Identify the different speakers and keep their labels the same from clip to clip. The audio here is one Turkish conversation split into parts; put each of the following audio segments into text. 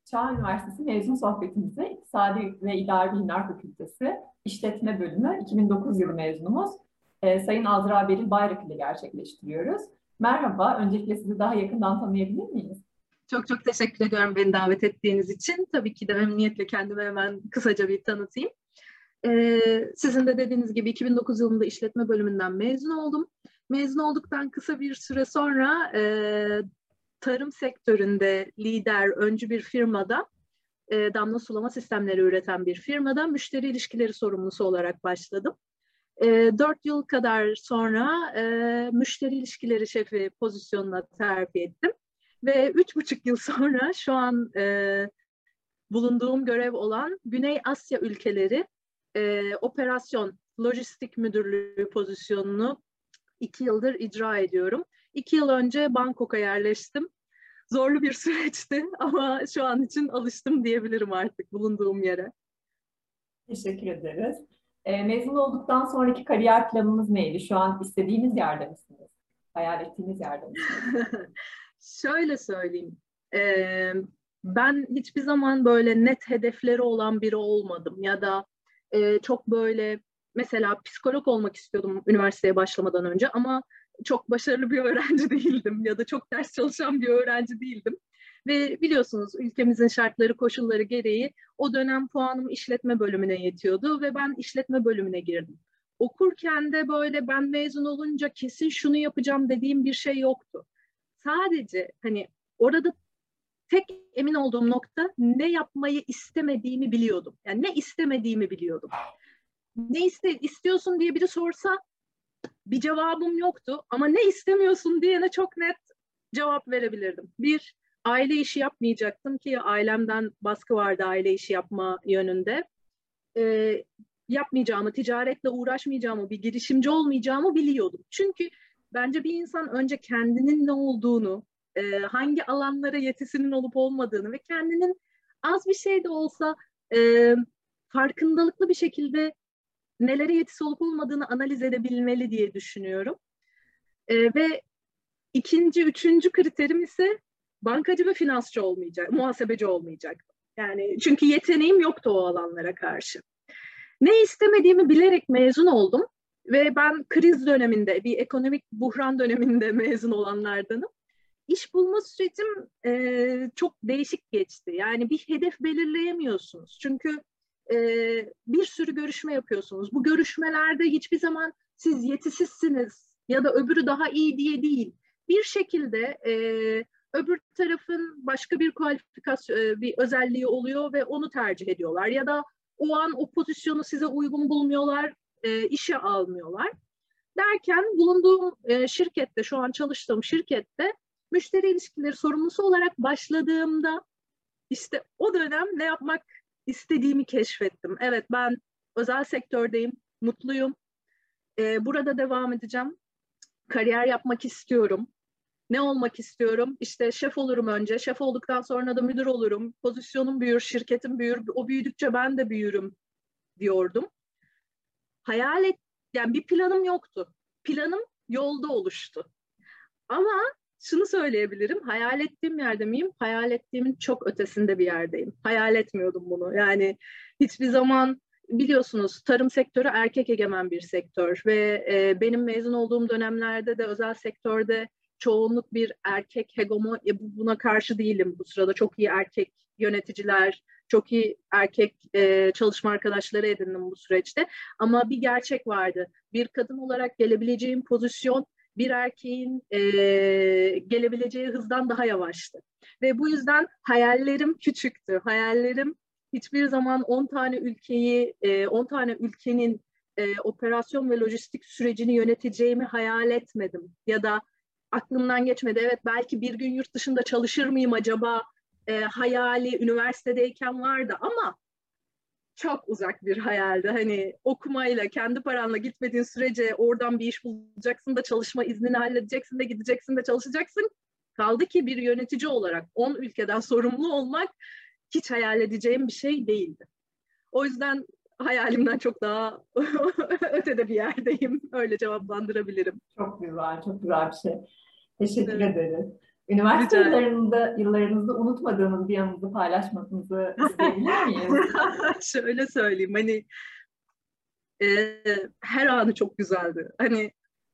Speaker 1: Çağ Üniversitesi mezun sohbetimizi İktisadi ve İdari Bilimler Fakültesi İşletme Bölümü 2009 yılı mezunumuz Sayın Azra Beril Bayrak ile gerçekleştiriyoruz. Merhaba, öncelikle sizi daha yakından tanıyabilir miyiz?
Speaker 2: Çok çok teşekkür ediyorum beni davet ettiğiniz için. Tabii ki de memnuniyetle kendimi hemen kısaca bir tanıtayım. Sizin de dediğiniz gibi 2009 yılında işletme bölümünden mezun oldum. Mezun olduktan kısa bir süre sonra tarım sektöründe lider, öncü bir firmada, damla sulama sistemleri üreten bir firmada müşteri ilişkileri sorumlusu olarak başladım. 4 yıl kadar sonra müşteri ilişkileri şefi pozisyonuna terfi ettim. Ve 3,5 yıl sonra şu an bulunduğum görev olan Güney Asya ülkeleri operasyon, lojistik müdürlüğü pozisyonunu 2 yıldır icra ediyorum. 2 yıl önce Bangkok'a yerleştim. Zorlu bir süreçti ama şu an için alıştım diyebilirim artık bulunduğum yere.
Speaker 1: Teşekkür ederiz. Mezun olduktan sonraki kariyer planınız neydi? Şu an istediğiniz yerde misiniz? Hayal ettiğiniz yerde misiniz?
Speaker 2: Şöyle söyleyeyim. Ben hiçbir zaman böyle net hedefleri olan biri olmadım. Ya da çok böyle mesela psikolog olmak istiyordum üniversiteye başlamadan önce ama çok başarılı bir öğrenci değildim. Ya da çok ders çalışan bir öğrenci değildim. Ve biliyorsunuz ülkemizin şartları, koşulları gereği o dönem puanım işletme bölümüne yetiyordu ve ben işletme bölümüne girdim. Okurken de böyle ben mezun olunca kesin şunu yapacağım dediğim bir şey yoktu. Sadece hani orada tek emin olduğum nokta ne yapmayı istemediğimi biliyordum. Yani ne istemediğimi biliyordum. Ne istiyorsun diye biri sorsa bir cevabım yoktu ama ne istemiyorsun diyene çok net cevap verebilirdim. Bir, aile işi yapmayacaktım ki ailemden baskı vardı aile işi yapma yönünde. Yapmayacağımı, ticaretle uğraşmayacağımı, bir girişimci olmayacağımı biliyordum. Çünkü bence bir insan önce kendinin ne olduğunu, hangi alanlara yetisinin olup olmadığını ve kendinin az bir şey de olsa farkındalıklı bir şekilde nelere yetisi olup olmadığını analiz edebilmeli diye düşünüyorum. Ve ikinci, üçüncü kriterim ise bankacı ve finansçı olmayacak, muhasebeci olmayacak. Yani çünkü yeteneğim yoktu o alanlara karşı. Ne istemediğimi bilerek mezun oldum ve ben kriz döneminde, bir ekonomik buhran döneminde mezun olanlardanım. İş bulma sürecim çok değişik geçti. Yani bir hedef belirleyemiyorsunuz. Çünkü bir sürü görüşme yapıyorsunuz. Bu görüşmelerde hiçbir zaman siz yetisizsiniz ya da öbürü daha iyi diye değil. Bir şekilde öbür tarafın başka bir kualifikasyon, bir özelliği oluyor ve onu tercih ediyorlar. Ya da o an o pozisyonu size uygun bulmuyorlar, işe almıyorlar. Derken bulunduğum şirkette, şu an çalıştığım şirkette müşteri ilişkileri sorumlusu olarak başladığımda işte o dönem ne yapmak istediğimi keşfettim. Evet, ben özel sektördeyim, mutluyum. Burada devam edeceğim. Kariyer yapmak istiyorum. Ne olmak istiyorum? İşte şef olurum önce. Şef olduktan sonra da müdür olurum. Pozisyonum büyür, şirketim büyür. O büyüdükçe ben de büyürüm diyordum. Yani bir planım yoktu. Planım yolda oluştu. Ama şunu söyleyebilirim, hayal ettiğim yerde miyim? Hayal ettiğimin çok ötesinde bir yerdeyim. Hayal etmiyordum bunu. Yani hiçbir zaman biliyorsunuz tarım sektörü erkek egemen bir sektör ve benim mezun olduğum dönemlerde de özel sektörde çoğunluk bir erkek hegemon, buna karşı değilim. Bu sırada çok iyi erkek yöneticiler, çok iyi erkek çalışma arkadaşları edindim bu süreçte. Ama bir gerçek vardı. Bir kadın olarak gelebileceğim pozisyon bir erkeğin gelebileceği hızdan daha yavaştı. Ve bu yüzden hayallerim küçüktü. Hayallerim hiçbir zaman 10 tane ülkeyi, 10 tane ülkenin operasyon ve lojistik sürecini yöneteceğimi hayal etmedim. Ya da aklımdan geçmedi. Evet, belki bir gün yurt dışında çalışır mıyım acaba hayali üniversitedeyken vardı ama çok uzak bir hayaldi. Hani okumayla, kendi paranla gitmediğin sürece oradan bir iş bulacaksın da çalışma iznini halledeceksin de gideceksin de çalışacaksın. Kaldı ki bir yönetici olarak 10 ülkeden sorumlu olmak hiç hayal edeceğim bir şey değildi. O yüzden hayalimden çok daha ötede bir yerdeyim. Öyle cevaplandırabilirim.
Speaker 1: Çok güzel, çok güzel bir şey. Teşekkür
Speaker 2: Evet.
Speaker 1: ederiz. Üniversite
Speaker 2: Rica ederim.
Speaker 1: yıllarınızda unutmadığınız bir anınızı paylaşmanızı isteyebilir miyiz?
Speaker 2: Şöyle söyleyeyim, hani her anı çok güzeldi. Hani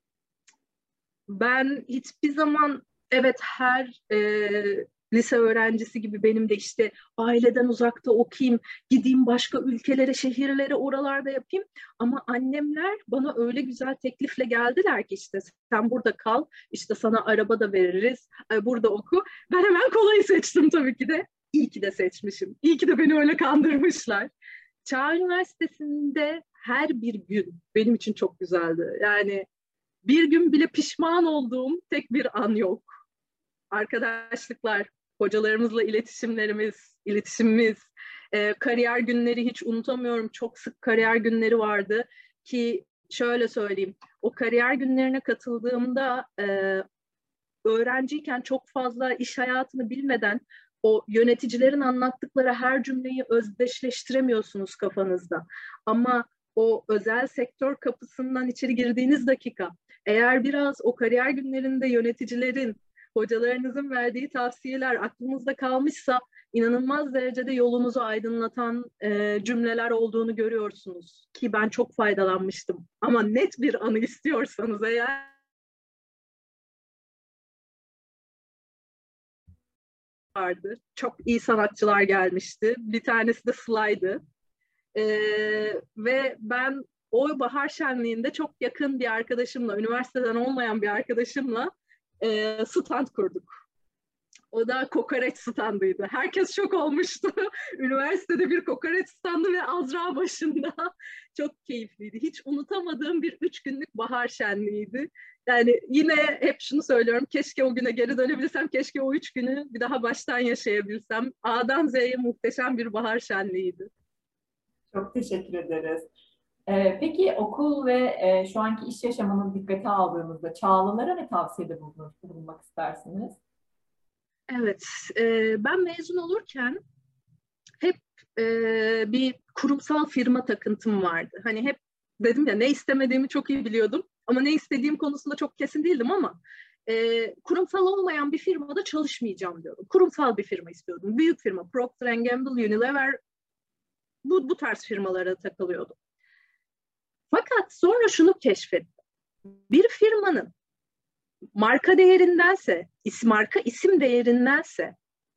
Speaker 2: ben hiçbir zaman, evet, her lise öğrencisi gibi benim de işte aileden uzakta okuyayım, gideyim başka ülkelere, şehirlere, oralarda yapayım. Ama annemler bana öyle güzel teklifle geldiler ki işte sen burada kal, işte sana araba da veririz, burada oku. Ben hemen kolayı seçtim tabii ki de. İyi ki de seçmişim. İyi ki de beni öyle kandırmışlar. Çağ Üniversitesi'nde her bir gün benim için çok güzeldi. Yani bir gün bile pişman olduğum tek bir an yok. Arkadaşlıklar, hocalarımızla iletişimimiz, kariyer günleri hiç unutamıyorum. Çok sık kariyer günleri vardı ki şöyle söyleyeyim. O kariyer günlerine katıldığımda öğrenciyken çok fazla iş hayatını bilmeden o yöneticilerin anlattıkları her cümleyi özdeşleştiremiyorsunuz kafanızda. Ama o özel sektör kapısından içeri girdiğiniz dakika, eğer biraz o kariyer günlerinde yöneticilerin, hocalarınızın verdiği tavsiyeler aklınızda kalmışsa inanılmaz derecede yolunuzu aydınlatan cümleler olduğunu görüyorsunuz. Ki ben çok faydalanmıştım. Ama net bir anı istiyorsanız eğer, vardı. Çok iyi sanatçılar gelmişti. Bir tanesi de Sıla'ydı. Ve ben o bahar şenliğinde çok yakın bir arkadaşımla, üniversiteden olmayan bir arkadaşımla stand kurduk. O da kokoreç standıydı. Herkes şok olmuştu. Üniversitede bir kokoreç standı ve Azra başında. Çok keyifliydi. Hiç unutamadığım bir 3 günlük bahar şenliğiydi. Yani yine hep şunu söylüyorum. Keşke o güne geri dönebilsem. Keşke o 3 günü bir daha baştan yaşayabilsem. A'dan Z'ye muhteşem bir bahar şenliğiydi.
Speaker 1: Çok teşekkür ederiz. Peki okul ve şu anki iş yaşamını dikkate aldığımızda Çağlılara ne tavsiyede bulunmak istersiniz?
Speaker 2: Evet, ben mezun olurken hep bir kurumsal firma takıntım vardı. Hani hep dedim ya, ne istemediğimi çok iyi biliyordum. Ama ne istediğim konusunda çok kesin değildim ama kurumsal olmayan bir firmada çalışmayacağım diyordum. Kurumsal bir firma istiyordum. Büyük firma, Procter Gamble, Unilever, bu tarz firmalara takılıyordum. Fakat sonra şunu keşfettim. Bir firmanın marka değerindense, marka isim değerindense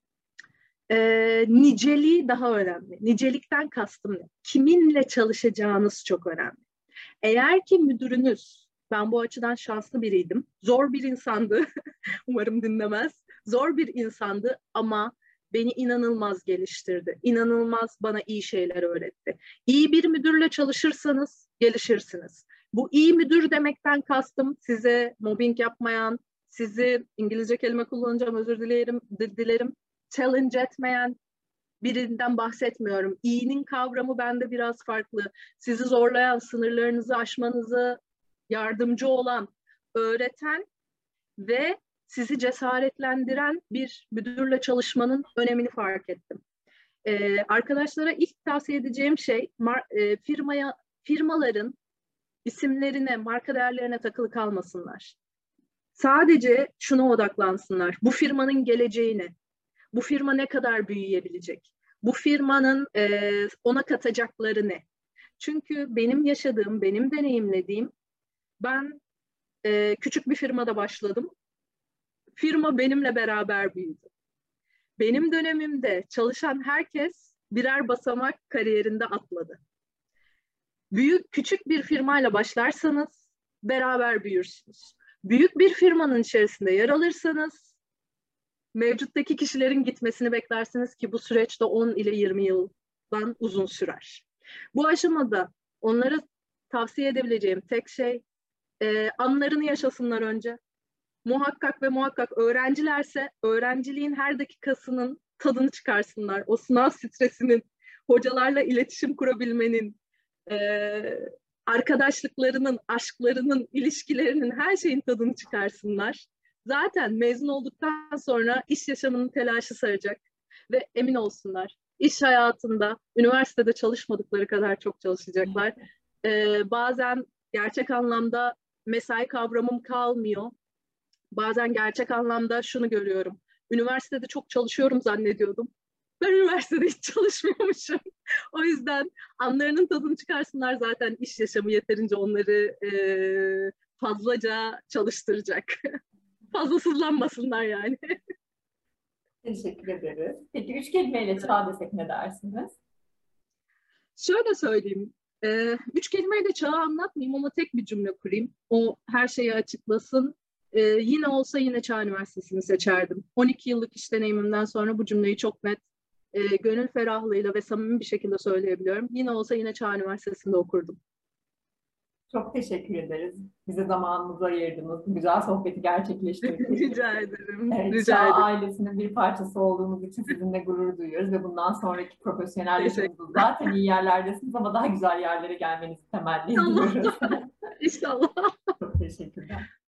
Speaker 2: niceliği daha önemli. Nicelikten kastım ne? Kiminle çalışacağınız çok önemli. Eğer ki müdürünüz, ben bu açıdan şanslı biriydim. Zor bir insandı. Umarım dinlemez. Zor bir insandı ama beni inanılmaz geliştirdi. İnanılmaz bana iyi şeyler öğretti. İyi bir müdürle çalışırsanız gelişirsiniz. Bu iyi müdür demekten kastım size mobbing yapmayan, sizi, İngilizce kelime kullanacağım, özür dilerim, challenge etmeyen birinden bahsetmiyorum. İyinin kavramı bende biraz farklı. Sizi zorlayan, sınırlarınızı aşmanızı yardımcı olan, öğreten ve sizi cesaretlendiren bir müdürle çalışmanın önemini fark ettim. Arkadaşlara ilk tavsiye edeceğim şey firmaların isimlerine, marka değerlerine takılı kalmasınlar. Sadece şuna odaklansınlar. Bu firmanın geleceğine, bu firma ne kadar büyüyebilecek? Bu firmanın ona katacakları ne? Çünkü benim yaşadığım, benim deneyimlediğim, ben küçük bir firmada başladım. Firma benimle beraber büyüdü. Benim dönemimde çalışan herkes birer basamak kariyerinde atladı. Küçük bir firmayla başlarsanız beraber büyürsünüz. Büyük bir firmanın içerisinde yer alırsanız mevcuttaki kişilerin gitmesini beklersiniz ki bu süreçte 10 ile 20 yıldan uzun sürer. Bu aşamada onlara tavsiye edebileceğim tek şey anlarını yaşasınlar önce. Muhakkak ve muhakkak öğrencilerse öğrenciliğin her dakikasının tadını çıkarsınlar. O sınav stresinin, hocalarla iletişim kurabilmenin, arkadaşlıklarının, aşklarının, ilişkilerinin her şeyin tadını çıkarsınlar. Zaten mezun olduktan sonra iş yaşamının telaşı saracak ve emin olsunlar, iş hayatında üniversitede çalışmadıkları kadar çok çalışacaklar. Bazen gerçek anlamda mesai kavramım kalmıyor. bazen gerçek anlamda şunu görüyorum. Üniversitede çok çalışıyorum zannediyordum. Ben üniversitede hiç çalışmıyormuşum. O yüzden anlarının tadını çıkarsınlar, zaten iş yaşamı yeterince onları fazlaca çalıştıracak. Fazlasızlanmasınlar yani.
Speaker 1: Teşekkür ederiz. Peki 3 kelimeyle çağ desek ne dersiniz?
Speaker 2: Şöyle söyleyeyim. 3 kelimeyle çağı anlatmayayım ama tek bir cümle kurayım. O her şeyi açıklasın. Yine olsa yine Çağ Üniversitesi'ni seçerdim. 12 yıllık iş deneyimimden sonra bu cümleyi çok net, gönül ferahlığıyla ve samimi bir şekilde söyleyebiliyorum. Yine olsa yine Çağ Üniversitesi'nde okurdum.
Speaker 1: Çok teşekkür ederiz. Bize zamanınızı ayırdınız. Bu güzel sohbeti gerçekleştirdiğiniz için.
Speaker 2: Rica ederim.
Speaker 1: Evet, Çağ
Speaker 2: Rica ederim.
Speaker 1: ailesinin bir parçası olduğumuz için sizinle gurur duyuyoruz ve bundan sonraki profesyonel
Speaker 2: Teşekkür
Speaker 1: yaşamınızda zaten iyi yerlerdesiniz ama daha güzel yerlere gelmenizi temenni
Speaker 2: Allah.
Speaker 1: ediyoruz.
Speaker 2: İnşallah.
Speaker 1: Çok teşekkürler.